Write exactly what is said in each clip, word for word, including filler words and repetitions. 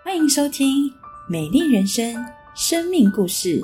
欢迎收听《美丽人生》生命故事。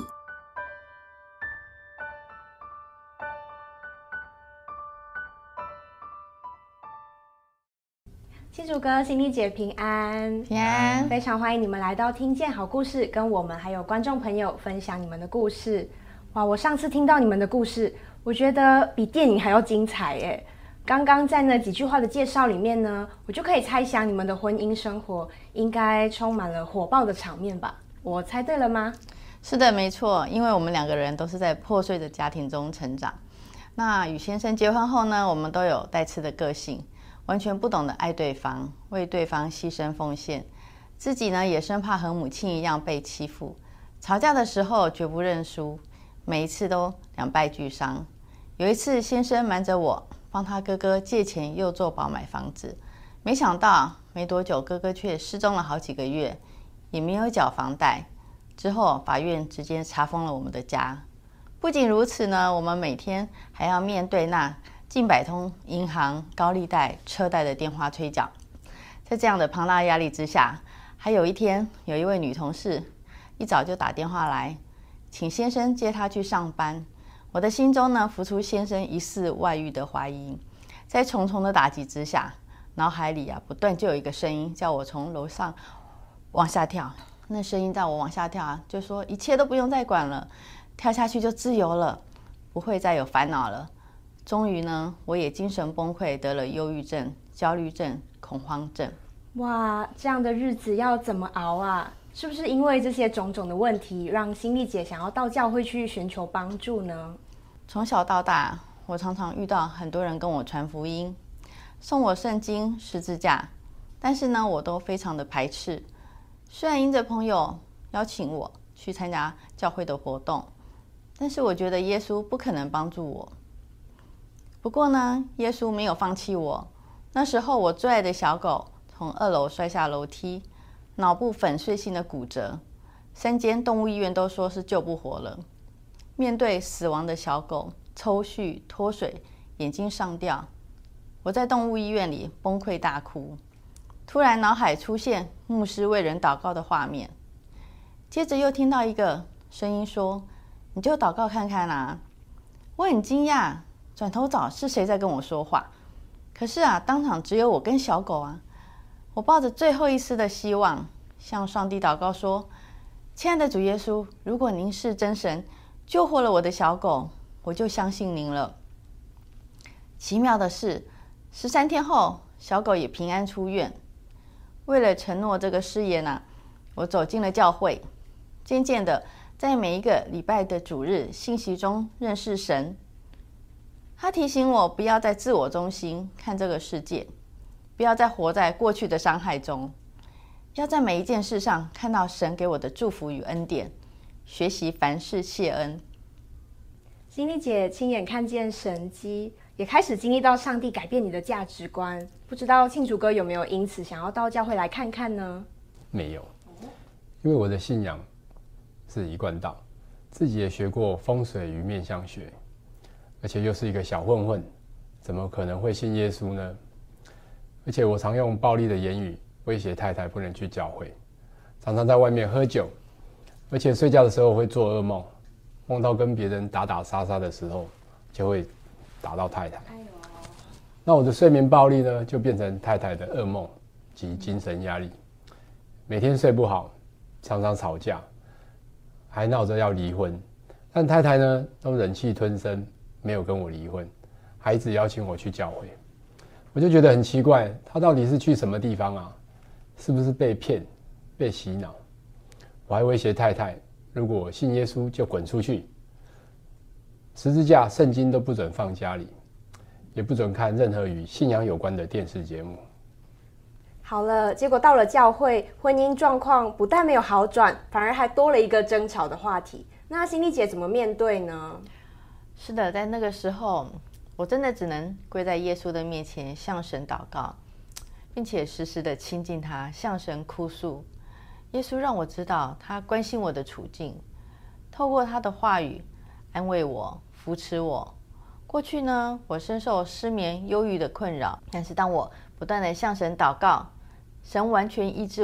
新主哥、心丽姐平安， 平安！ 非常欢迎你们来到听见好故事，跟我们还有观众朋友分享你们的故事。哇，我上次听到你们的故事，我觉得比电影还要精彩耶！刚刚在那几句话的介绍里面呢，我就可以猜想你们的婚姻生活应该充满了火爆的场面吧？我猜对了吗？ 是的，没错，因为我们两个人都是在破碎的家庭中成长。那与先生结婚后呢，我们都有带刺的个性，完全不懂得爱对方，为对方牺牲奉献，自己呢也生怕和母亲一样被欺负，吵架的时候绝不认输，每一次都两败俱伤。有一次先生瞒着我帮他哥哥借钱又做保买房子，没想到没多久哥哥却失踪了好几个月，也没有缴房贷。之后法院直接查封了我们的家。不仅如此呢，我们每天还要面对那近百通银行、高利贷、车贷的电话催缴。在这样的庞大压力之下，还有一天有一位女同事一早就打电话来请先生接她去上班。我的心中呢浮出先生疑似外遇的怀疑，在重重的打击之下，脑海里啊不断就有一个声音叫我从楼上往下跳。那声音叫我往下跳啊，就说一切都不用再管了，跳下去就自由了，不会再有烦恼了。终于呢，我也精神崩溃，得了忧郁症、焦虑症、恐慌症。 哇，这样的日子要怎么熬啊？是不是因为这些种种的问题，让心丽姐想要到教会去寻求帮助呢？ 从小到大，我常常遇到很多人跟我传福音，送我圣经、十字架，但是呢，我都非常的排斥。虽然因着朋友邀请我去参加教会的活动，但是我觉得耶稣不可能帮助我。不过呢，耶稣没有放弃我。那时候我最爱的小狗从二楼摔下楼梯，脑部粉碎性的骨折，三间动物医院都说是救不活了。面对死亡的小狗，抽搐、脱水，眼睛上吊，我在动物医院里崩溃大哭。突然脑海出现牧师为人祷告的画面，接着又听到一个声音说：“你就祷告看看啊。”我很惊讶，转头找是谁在跟我说话。可是啊，当场只有我跟小狗啊。我抱着最后一丝的希望，向上帝祷告说：“亲爱的主耶稣，如果您是真神，救活了我的小狗，我就相信您了。”奇妙的是，十三天后，小狗也平安出院。为了承诺这个誓言啊，我走进了教会，渐渐的，在每一个礼拜的主日信息中认识神。他提醒我不要再自我中心看这个世界，不要再活在过去的伤害中，要在每一件事上看到神给我的祝福与恩典，学习凡事谢恩。 心丽姐亲眼看见神迹，也开始经历到上帝改变你的价值观，不知道庆竹哥有没有因此想要到教会来看看呢？ 没有，因为我的信仰是一贯道，自己也学过风水与面相学，而且又是一个小混混，怎么可能会信耶稣呢？而且我常用暴力的言语威胁太太不能去教会，常常在外面喝酒，而且睡觉的时候会做噩梦，梦到跟别人打打杀杀的时候就会打到太太。那我的睡眠暴力呢，就变成太太的噩梦及精神压力，每天睡不好，常常吵架，还闹着要离婚。但太太呢，都忍气吞声，没有跟我离婚，还一直邀请我去教会。我就觉得很奇怪，她到底是去什么地方啊？是不是被骗、被洗脑？我还威胁太太，如果我信耶稣就滚出去，十字架、圣经都不准放家里，也不准看任何与信仰有关的电视节目。 好了，结果到了教会，婚姻状况不但没有好转，反而还多了一个争吵的话题。那心丽姐怎么面对呢？ 是的，在那个时候，我真的只能跪在耶稣的面前，向神祷告，并且时时的亲近他，向神哭诉。耶稣让我知道他关心我的处境，透过他的话语安慰我、扶持我。过去呢，我深受失眠、忧郁的困扰，但是当我不断的向神祷告，神完全医治我，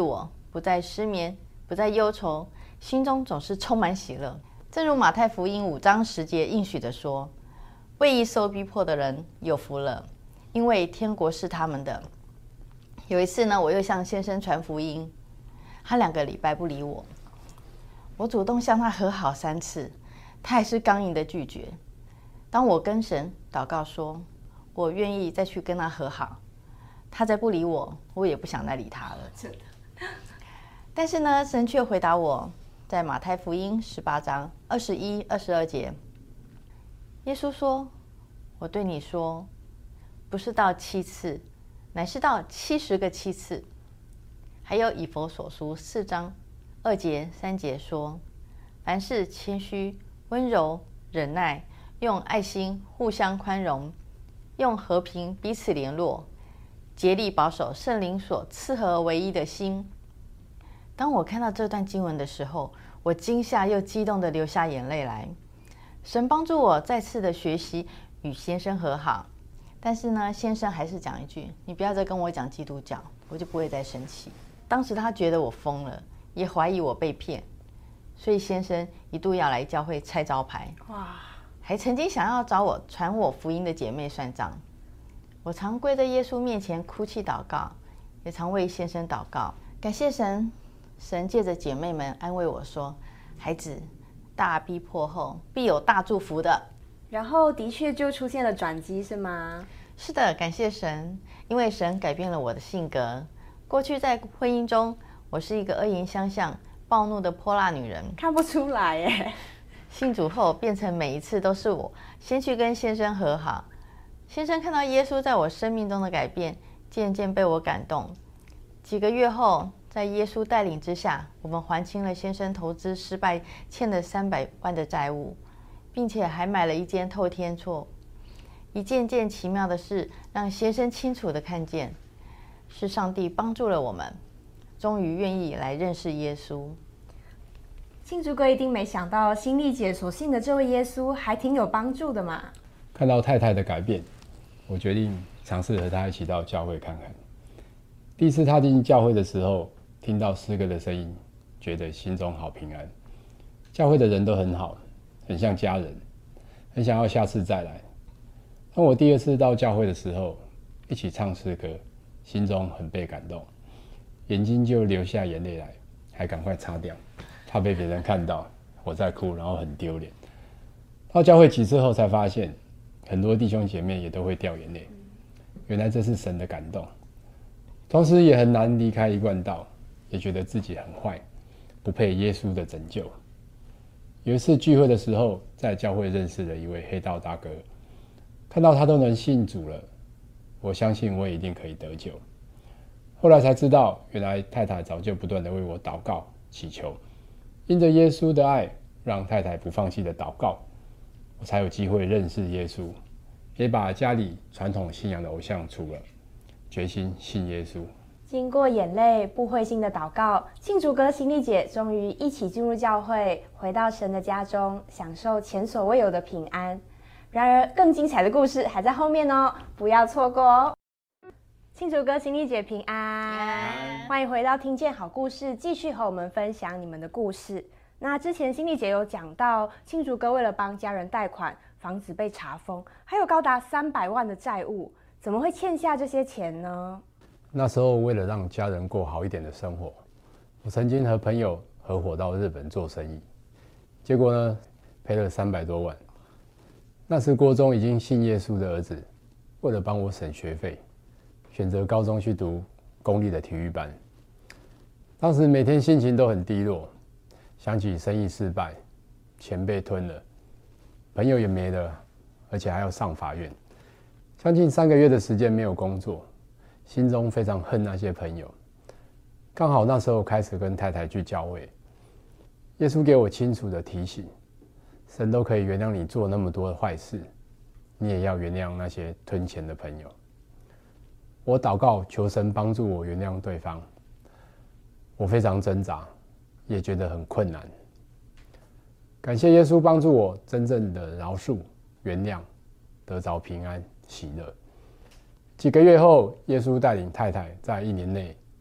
不再失眠，不再忧愁，心中总是充满喜乐。正如马太福音五章十节应许的说，为义受逼迫的人有福了，因为天国是他们的。有一次呢，我又向先生传福音，他两个礼拜不理我，我主动向他和好三次，他还是刚硬的拒绝。当我跟神祷告说我愿意再去跟他和好，他再不理我，我也不想再理他了。 真的。 但是呢，神却回答我，在马太福音十八章二十一、二十二节，耶稣说：“我对你说，不是到七次，乃是到七十个七次。”还有以弗所书四章二节、三节说：“凡事谦虚、温柔、忍耐，用爱心互相宽容，用和平彼此联络，竭力保守圣灵所赐合为一的心。”当我看到这段经文的时候，我惊吓又激动地流下眼泪来。神帮助我再次的学习与先生和好，但是呢，先生还是讲一句：“你不要再跟我讲基督教，我就不会再生气。”当时他觉得我疯了，也怀疑我被骗，所以先生一度要来教会拆招牌，哇，还曾经想要找我传我福音的姐妹算账。我常跪在耶稣面前哭泣祷告，也常为先生祷告，感谢神。神借着姐妹们安慰我说：“孩子，大逼迫后必有大祝福的。” 然后的确就出现了转机，是吗？ 是的，感谢神，因为神改变了我的性格。过去在婚姻中，我是一个恶言相向、暴怒的泼辣女人， 看不出来耶。 信主后，变成每一次都是我先去跟先生和好。先生看到耶稣在我生命中的改变，渐渐被我感动。几个月后，在耶稣带领之下，我们还清了先生投资失败欠的三百万的债务，并且还买了一间透天厝。一件件奇妙的事让先生清楚地看见，是上帝帮助了我们，终于愿意来认识耶稣。 庆竹哥一定没想到，心丽姐所信的这位耶稣还挺有帮助的嘛。 看到太太的改变，我决定尝试和她一起到教会看看。第一次踏进教会的时候，听到诗歌的声音，觉得心中好平安。教会的人都很好，很像家人，很想要下次再来。当我第二次到教会的时候，一起唱诗歌，心中很被感动，眼睛就流下眼泪来，还赶快擦掉，怕被别人看到我在哭，然后很丢脸。到教会几次后才发现，很多弟兄姐妹也都会掉眼泪，原来这是神的感动。同时也很难离开一贯道，也觉得自己很坏，不配耶稣的拯救。有一次聚会的时候，在教会认识了一位黑道大哥，看到他都能信主了，我相信我也一定可以得救。后来才知道，原来太太早就不断的为我祷告祈求，因着耶稣的爱，让太太不放弃的祷告，我才有机会认识耶稣，也把家里传统信仰的偶像除了，决心信耶稣。 经过眼泪不灰心的祷告，庆竹哥、心丽姐终于一起进入教会，回到神的家中，享受前所未有的平安。然而，更精彩的故事还在后面哦，不要错过哦！庆竹哥、心丽姐平安，欢迎回到听见好故事，继续和我们分享你们的故事。那之前心丽姐有讲到，庆竹哥为了帮家人贷款，房子被查封，还有高达三百万的债务，怎么会欠下这些钱呢？ 那时候为了让家人过好一点的生活，我曾经和朋友合伙到日本做生意，结果呢赔了三百多万。那时国中已经信耶稣的儿子，为了帮我省学费，选择高中去读公立的体育班。当时每天心情都很低落，想起生意失败，钱被吞了，朋友也没了，而且还要上法院，将近三个月的时间没有工作。心中非常恨那些朋友，刚好那时候开始跟太太去教会，耶稣给我清楚的提醒，神都可以原谅你做那么多的坏事，你也要原谅那些吞钱的朋友。我祷告求神帮助我原谅对方，我非常挣扎，也觉得很困难。感谢耶稣帮助我真正的饶恕、原谅，得着平安、喜乐。几个月后，耶稣带领太太在一年内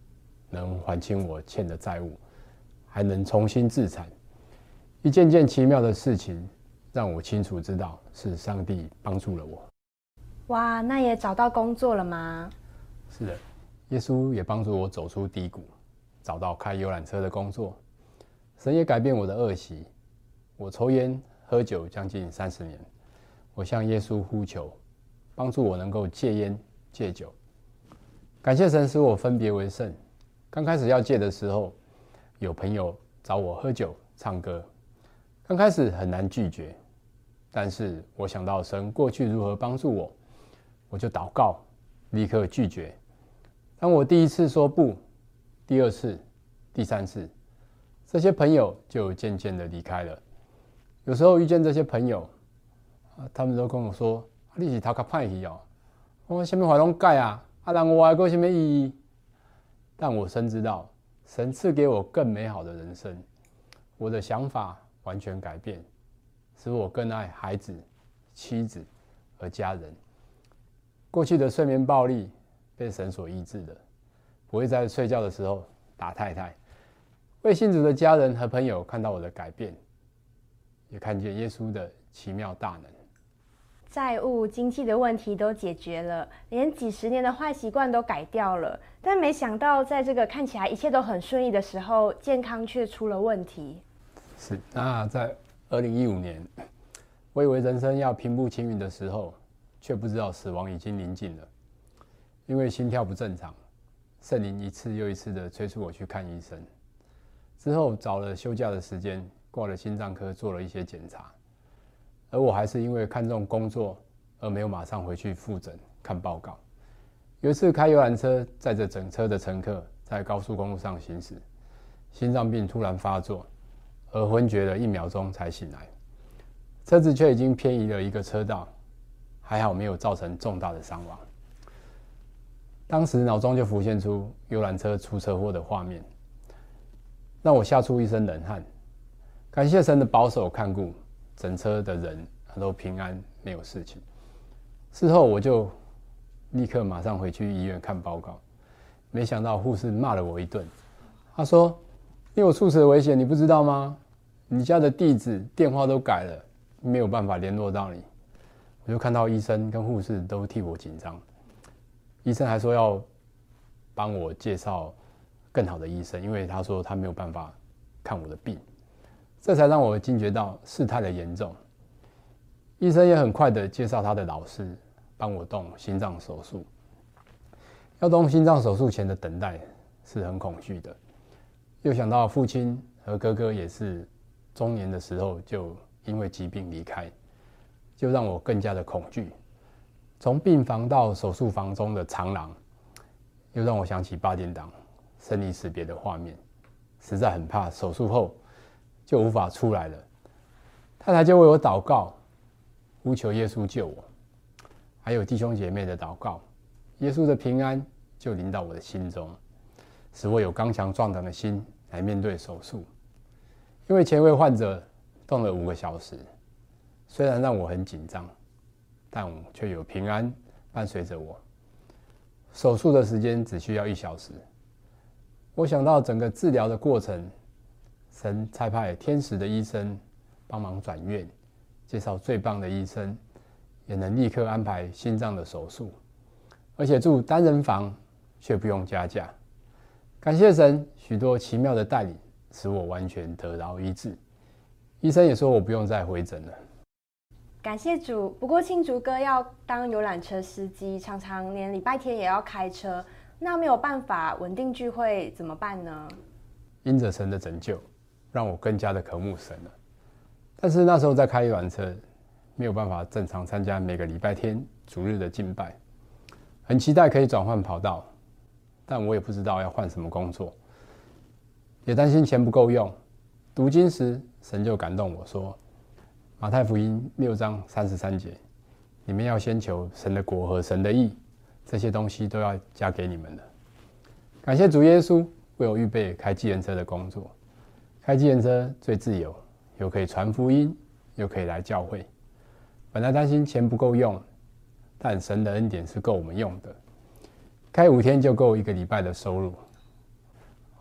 能还清我欠的债务，还能重新自产。一件件奇妙的事情，让我清楚知道是上帝帮助了我。 哇，那也找到工作了吗？ 是的，耶稣也帮助我走出低谷，找到开游览车的工作。神也改变我的恶习，我抽烟喝酒将近三十年，我向耶稣呼求，帮助我能够戒烟戒酒。感谢神使我分别为圣。刚开始要戒的时候，有朋友找我喝酒唱歌，刚开始很难拒绝，但是我想到神过去如何帮助我，我就祷告，立刻拒绝。当我第一次说不，第二次、第三次，这些朋友就渐渐的离开了。有时候遇见这些朋友，他们都跟我说：“你是头壳歹去哦，我什么话拢改啊，啊人活还有什么意义？”但我深知道，神赐给我更美好的人生，我的想法完全改变，使我更爱孩子、妻子和家人。过去的睡眠暴力被神所医治的，不会在睡觉的时候打太太。为信主的家人和朋友看到我的改变，也看见耶稣的奇妙大能。 债务、经济的问题都解决了，连几十年的坏习惯都改掉了，但没想到在这个看起来一切都很顺利的时候，健康却出了问题。 是，那在二零一五年，我以为人生要平步青云的时候，却不知道死亡已经临近了。因为心跳不正常，圣灵一次又一次的催促我去看医生。之后找了休假的时间，挂了心脏科做了一些检查，而我还是因为看重工作而没有马上回去复诊看报告。有一次开游览车载着整车的乘客在高速公路上行驶，心脏病突然发作，而昏厥了一秒钟才醒来，车子却已经偏移了一个车道，还好没有造成重大的伤亡。当时脑中就浮现出游览车出车祸的画面，让我吓出一身冷汗。感谢神的保守看顾，整车的人都平安，没有事情。事后我就立刻马上回去医院看报告，没想到护士骂了我一顿。他说：“你有猝死的危险，你不知道吗？你家的地址、电话都改了，没有办法联络到你。”我就看到医生跟护士都替我紧张。医生还说要帮我介绍更好的医生，因为他说他没有办法看我的病，这才让我惊觉到事态的严重。医生也很快的介绍他的老师帮我动心脏手术。要动心脏手术前的等待是很恐惧的，又想到父亲和哥哥也是中年的时候就因为疾病离开，就让我更加的恐惧。从病房到手术房中的长廊，又让我想起八点档生离死别的画面，实在很怕手术后就无法出来了。太太就为我祷告，呼求耶稣救我，还有弟兄姐妹的祷告，耶稣的平安就临到我的心中，使我有刚强壮胆的心来面对手术。因为前一位患者动了五个小时，虽然让我很紧张，但我却有平安伴随着我。手术的时间只需要一小时。我想到整个治疗的过程，神差派天使的医生帮忙转院，介绍最棒的医生，也能立刻安排心脏的手术，而且住单人房却不用加价。感谢神许多奇妙的带领，使我完全得到医治。医生也说我不用再回诊了。 感谢主。不过庆竹哥要当游览车司机，常常连礼拜天也要开车，那没有办法稳定聚会怎么办呢？ 因着神的拯救，让我更加的渴慕神了。但是那时候在开游览车，没有办法正常参加每个礼拜天主日的敬拜，很期待可以转换跑道，但我也不知道要换什么工作，也担心钱不够用。读经时，神就感动我说，马太福音六章三十三节，你们要先求神的国和神的义，这些东西都要加给你们的。感谢主耶稣为我预备开计程车的工作。开计程车最自由，又可以传福音，又可以来教会。本来担心钱不够用，但神的恩典是够我们用的，开五天就够一个礼拜的收入。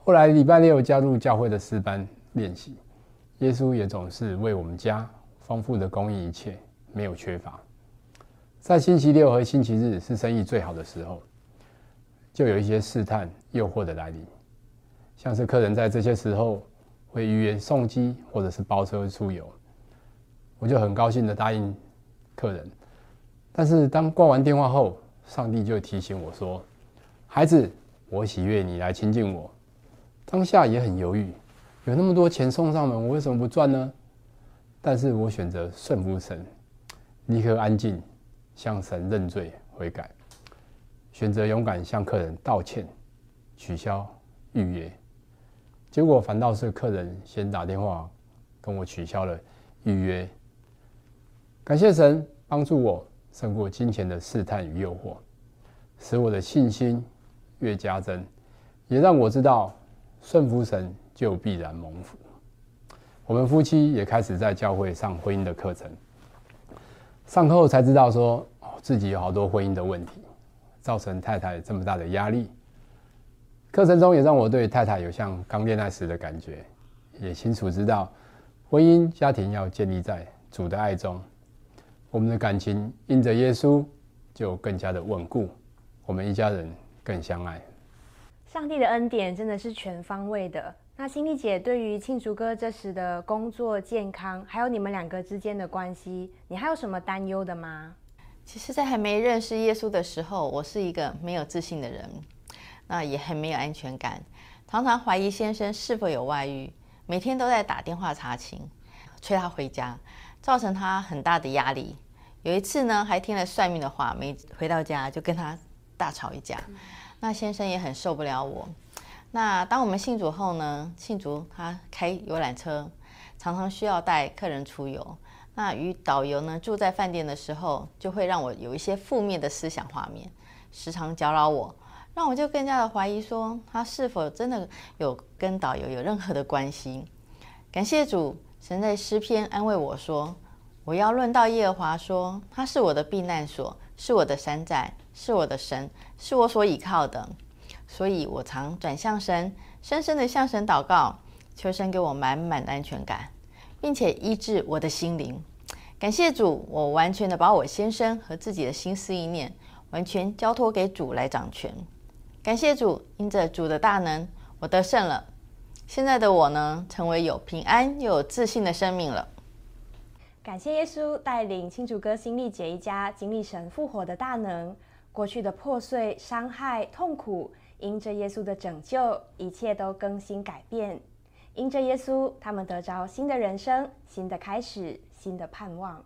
后来礼拜六加入教会的诗班练习，耶稣也总是为我们家丰富的供应一切，没有缺乏。在星期六和星期日是生意最好的时候，就有一些试探诱惑的来临，像是客人在这些时候会预约送机或者是包车出游，我就很高兴的答应客人。但是当挂完电话后，上帝就提醒我说：孩子，我喜悦你来亲近我。当下也很犹豫，有那么多钱送上门，我为什么不赚呢？但是我选择顺服神，立刻安静，向神认罪悔改，选择勇敢向客人道歉，取消预约。结果反倒是客人先打电话跟我取消了预约。感谢神帮助我胜过金钱的试探与诱惑，使我的信心越加增，也让我知道顺服神就必然蒙福。我们夫妻也开始在教会上婚姻的课程，上课后才知道说、哦、自己有好多婚姻的问题，造成太太这么大的压力。课程中也让我对太太有像刚恋爱时的感觉，也清楚知道婚姻家庭要建立在主的爱中。我们的感情因着耶稣就更加的稳固，我们一家人更相爱。 上帝的恩典真的是全方位的。那心丽姐对于庆竹哥这时的工作、健康，还有你们两个之间的关系，你还有什么担忧的吗？ 其实在还没认识耶稣的时候，我是一个没有自信的人，那也很没有安全感，常常怀疑先生是否有外遇，每天都在打电话查情，催他回家，造成他很大的压力。有一次呢，还听了算命的话，没回到家就跟他大吵一架，那先生也很受不了我。那当我们信主后呢，信主他开游览车，常常需要带客人出游，那与导游呢住在饭店的时候，就会让我有一些负面的思想画面，时常搅扰我，让我就更加的怀疑说他是否真的有跟导游有任何的关系。感谢主，神在诗篇安慰我说，我要论到耶和华说，他是我的避难所，是我的山寨，是我的神，是我所倚靠的。所以我常转向神，深深的向神祷告，求神给我满满的安全感，并且医治我的心灵。感谢主，我完全的把我先生和自己的心思意念完全交托给主来掌权。感谢主，因着主的大能，我得胜了。现在的我呢，成为有平安又有自信的生命了。 感谢耶稣带领庆竹哥、心丽姐一家经历神复活的大能，过去的破碎、伤害、痛苦，因着耶稣的拯救，一切都更新改变。因着耶稣，他们得着新的人生、新的开始、新的盼望。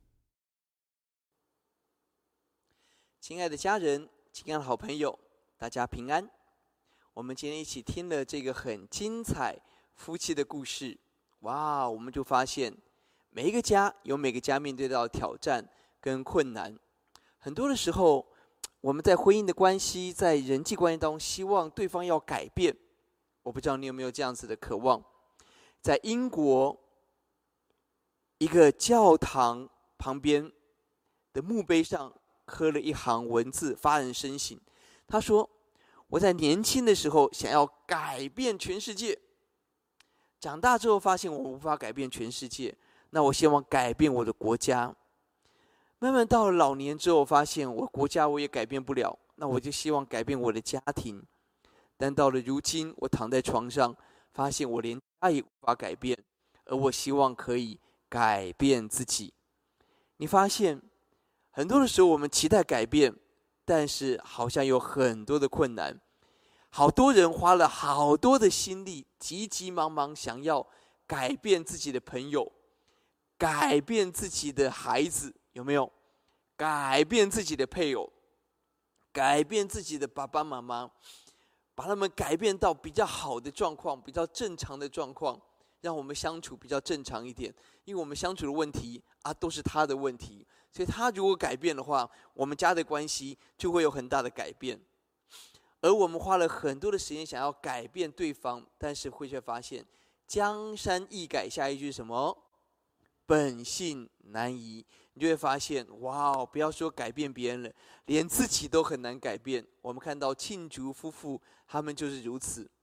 亲爱的家人，亲爱的好朋友，大家平安。我们今天一起听了这个很精彩夫妻的故事，哇，我们就发现每一个家有每个家面对到挑战跟困难。很多的时候，我们在婚姻的关系，在人际关系当中，希望对方要改变。我不知道你有没有这样子的渴望。在英国一个教堂旁边的墓碑上刻了一行文字，发人深省。他说，我在年轻的时候想要改变全世界，长大之后发现我无法改变全世界，那我希望改变我的国家。慢慢到了老年之后，发现我国家我也改变不了，那我就希望改变我的家庭。但到了如今，我躺在床上，发现我连家也无法改变，而我希望可以改变自己。你发现很多的时候我们期待改变，但是好像有很多的困难。好多人花了好多的心力，急急忙忙想要改变自己的朋友，改变自己的孩子，有没有？改变自己的配偶，改变自己的爸爸妈妈，把他们改变到比较好的状况，比较正常的状况，让我们相处比较正常一点。因为我们相处的问题啊，都是他的问题，所以他如果改变的话，我们家的关系就会有很大的改变。而我们花了很多的时间想要改变对方，但是会却发现江山易改，下一句是什么？本性难移。你就会发现，哇，不要说改变别人了，连自己都很难改变。我们看到庆竹夫妇，他们就是如此。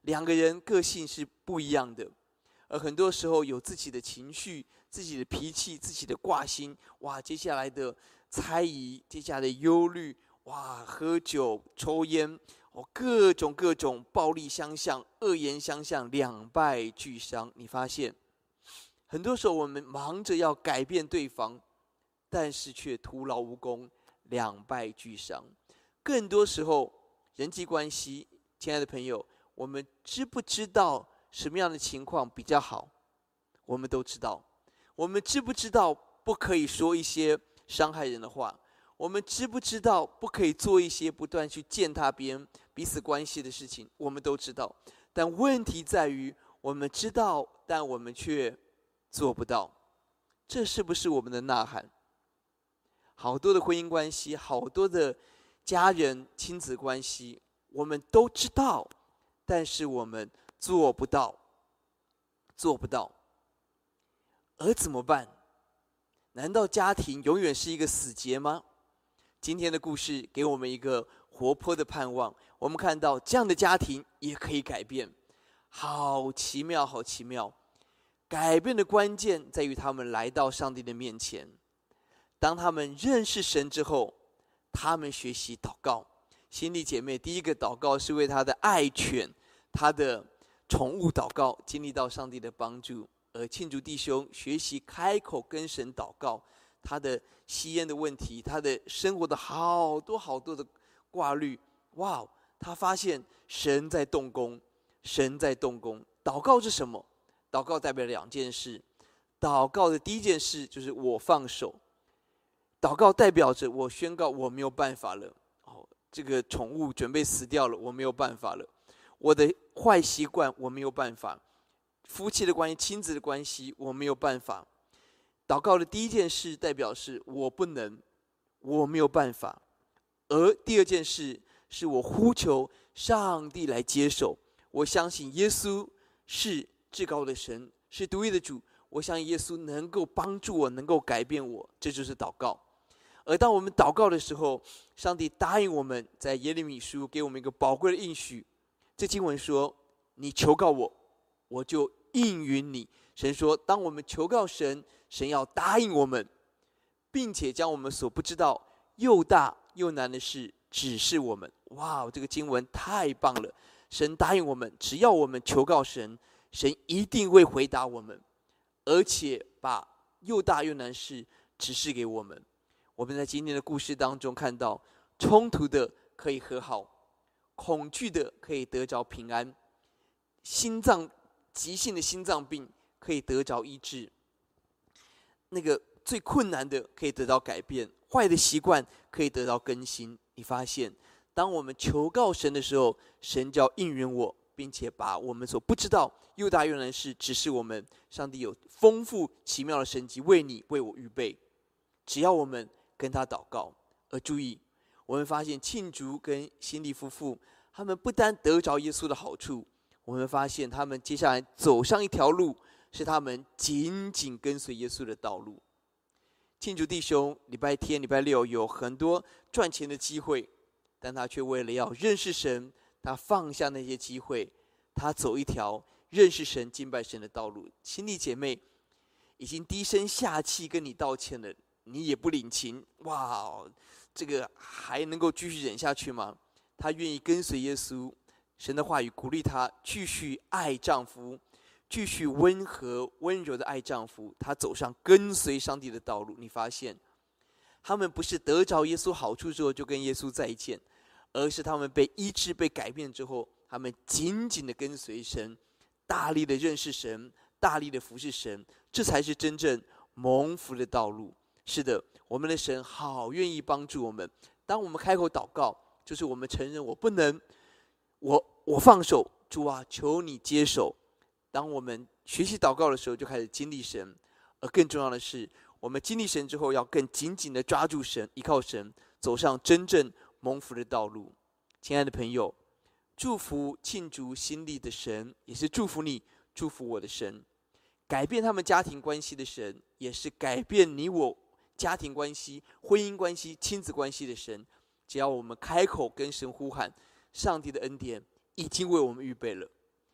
两个人个性是不一样的，而很多时候有自己的情绪、自己的脾气、自己的挂心。哇，接下来的猜疑，接下来的忧虑，哇，喝酒、抽烟，哦，各种各种暴力相向、恶言相向，两败俱伤。你发现，很多时候我们忙着要改变对方，但是却徒劳无功，两败俱伤。更多时候，人际关系，亲爱的朋友，我们知不知道什么样的情况比较好？我们都知道。我们知不知道不可以说一些伤害人的话？我们知不知道不可以做一些不断去践踏别人彼此关系的事情？我们都知道。但问题在于，我们知道，但我们却做不到。这是不是我们的呐喊？好多的婚姻关系，好多的家人亲子关系，我们都知道，但是我们做不到，做不到。而怎么办？难道家庭永远是一个死结吗？今天的故事给我们一个活泼的盼望。我们看到这样的家庭也可以改变，好奇妙，好奇妙！改变的关键在于他们来到上帝的面前。当他们认识神之后，他们学习祷告。心弟姐妹，第一个祷告是为他的爱犬、他的宠物祷告，经历到上帝的帮助。而庆祝弟兄学习开口跟神祷告，他的吸烟的问题，他的生活的好多好多的挂虑，哇，他发现神在动工，神在动工。祷告是什么？祷告代表两件事。祷告的第一件事就是我放手，祷告代表着我宣告我没有办法了。哦，这个宠物准备死掉了，我没有办法了。我的坏习惯我没有办法。夫妻的关系、亲子的关系，我没有办法。祷告的第一件事代表是我不能，我没有办法。而第二件事是我呼求上帝来接手。我相信耶稣是至高的神，是独一的主。我相信耶稣能够帮助我，能够改变我，这就是祷告。而当我们祷告的时候，上帝答应我们，在耶利米书给我们一个宝贵的应许。这经文说：“你求告我，我就应允你。”神说，当我们求告神，神要答应我们，并且将我们所不知道又大又难的事指示我们。哇，这个经文太棒了！神答应我们，只要我们求告神，神一定会回答我们，而且把又大又难的事指示给我们。我们在今天的故事当中看到，冲突的可以和好，恐惧的可以得着平安，心脏急性的心脏病可以得着医治，那个最困难的可以得到改变，坏的习惯可以得到更新。你发现，当我们求告神的时候，神就要应允我，并且把我们所不知道又大又难的事指示我们。上帝有丰富奇妙的神迹为你为我预备，只要我们跟他祷告。而注意，我们发现庆竹跟辛利夫妇，他们不单得着耶稣的好处，我们发现他们接下来走上一条路，是他们紧紧跟随耶稣的道路。庆祝弟兄礼拜天、礼拜六有很多赚钱的机会，但他却为了要认识神，他放下那些机会，他走一条认识神、敬拜神的道路。亲弟姐妹已经低声下气跟你道歉了，你也不领情，哇，这个还能够继续忍下去吗？她愿意跟随耶稣，神的话语鼓励她继续爱丈夫，继续温和温柔的爱丈夫，她走上跟随上帝的道路。你发现他们不是得着耶稣好处之后就跟耶稣再见，而是他们被医治、被改变之后，他们紧紧的跟随神，大力的认识神，大力的服侍神，这才是真正蒙福的道路。是的，我们的神好愿意帮助我们。当我们开口祷告，就是我们承认我不能，我我放手，主啊，求你接手。当我们学习祷告的时候，就开始经历神。而更重要的是，我们经历神之后，要更紧紧的抓住神，依靠神，走上真正蒙福的道路。亲爱的朋友，祝福庆祝新历的神，也是祝福你、祝福我的神。改变他们家庭关系的神，也是改变你我家庭关系、婚姻关系、亲子关系的神。只要我们开口跟神呼喊，上帝的恩典已经为我们预备了。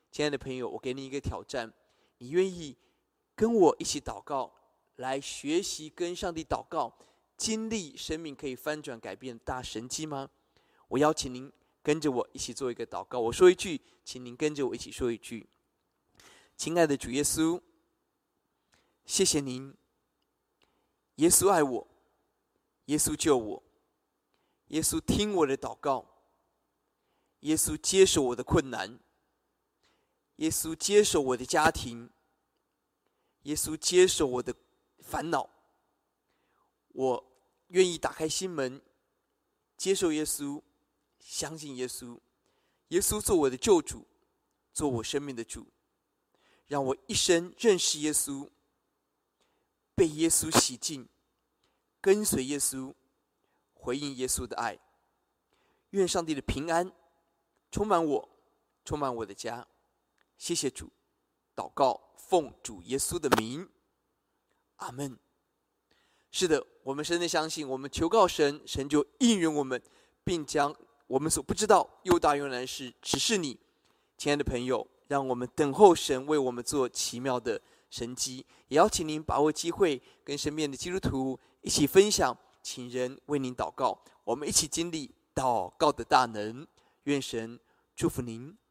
亲爱的朋友，我给你一个挑战，你愿意跟我一起祷告，来学习跟上帝祷告，经历生命可以翻转改变大神迹吗？我邀请您跟着我一起做一个祷告，我说一句，请您跟着我一起说一句。亲爱的主耶稣，谢谢您，耶稣爱我，耶稣救我，耶稣听我的祷告，耶稣接受我的困难，耶稣接受我的家庭，耶稣接受我的烦恼。我愿意打开心门，接受耶稣，相信耶稣，耶稣做我的救主，做我生命的主，让我一生认识耶稣，被耶稣洗净，跟随耶稣，回应耶稣的爱。愿上帝的平安充满我，充满我的家。谢谢主，祷告奉主耶稣的名，阿们。是的，我们深深相信，我们求告神，神就应允我们，并将我们所不知道又大又难的事指示你。亲爱的朋友，让我们等候神为我们做奇妙的神迹，也邀请您把握机会，跟身边的基督徒一起分享，请人为您祷告，我们一起经历祷告的大能。愿神祝福您。